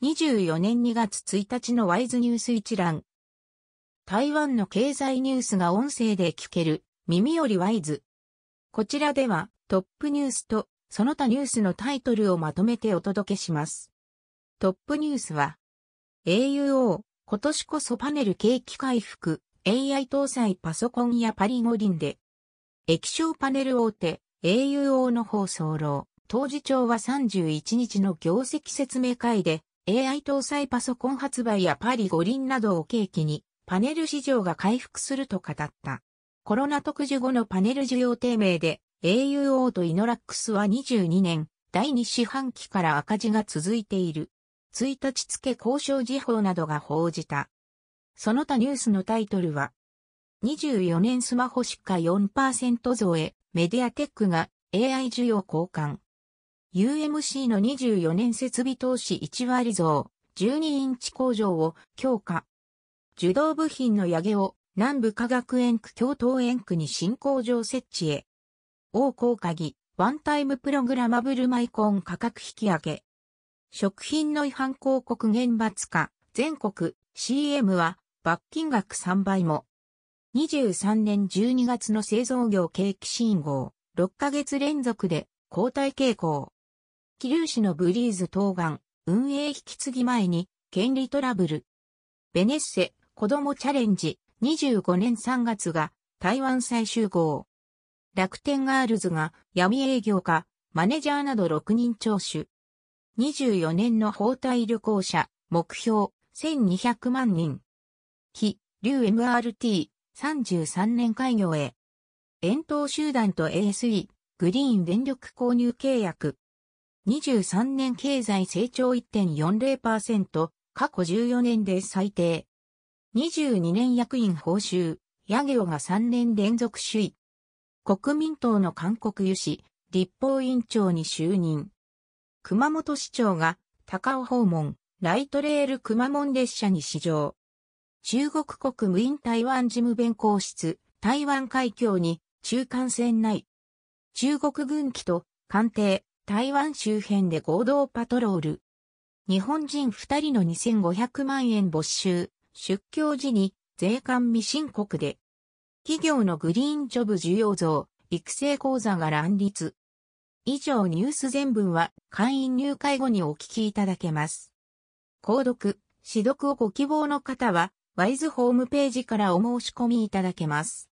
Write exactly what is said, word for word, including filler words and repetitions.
にじゅうよねんにがつついたちのワイズニュース一覧。台湾の経済ニュースが音声で聞ける、耳よりワイズ。こちらではトップニュースとその他ニュースのタイトルをまとめてお届けします。トップニュースは、エーユーオー、今年こそパネル景気回復、エーアイ 搭載パソコンやパリ五輪で。液晶パネル大手、エーユーオー の方早漏、当次長はさんじゅういちにちの業績説明会で、エーアイ 搭載パソコン発売やパリ五輪などを契機に、パネル市場が回復すると語った。コロナ特需後のパネル需要低迷で、エーユーオー とイノラックスはにじゅうにねん、だいに四半期から赤字が続いている。いちにち付交渉時報などが報じた。その他ニュースのタイトルは、にじゅうよねんスマホ出荷 よんパーセント 増え、メディアテックが エーアイ 需要交換。ユーエムシー のにじゅうよねん設備投資いちわり増、じゅうにインチ工場を強化。受動部品の八毛を南部科学園区京東園区に新工場設置へ。王光鍵、ワンタイムプログラマブルマイコン価格引き上げ。食品の違反広告厳罰化、全国 シーエム は罰金額さんばいも。にじゅうさんねんじゅうにがつの製造業景気信号、ろっかげつ連続で後退傾向。桐生市のブリーズ東岸、運営引き継ぎ前に権利トラブル。ベネッセ、子どもチャレンジ、にじゅうごねんさんがつが台湾再集合。楽天ガールズが闇営業か、マネジャーなどろくにん聴取。にじゅうよねんの訪台旅行者、目標、せんにひゃくまんにん。非、劉 エムアールティー、さんじゅうさんねん開業へ。遠東集団と エーエスイー、グリーン電力購入契約。にじゅうさんねん経済成長 いってんよんぜろパーセント、過去じゅうよねんで最低。にじゅうにねん役員報酬、八毛がさんねん連続首位。国民党の韓国油氏、立法委員長に就任。熊本市長が高雄訪問、ライトレールくまモン列車に試乗。中国国務院台湾事務弁公室、台湾海峡に中間線内。中国軍機と艦艇、台湾周辺で合同パトロール。日本人ふたりのにせんごひゃくまんえん没収、出境時に税関未申告で。企業のグリーンジョブ需要増、育成講座が乱立。以上ニュース全文は会員入会後にお聞きいただけます。購読、試読をご希望の方は、ワイズホームページからお申し込みいただけます。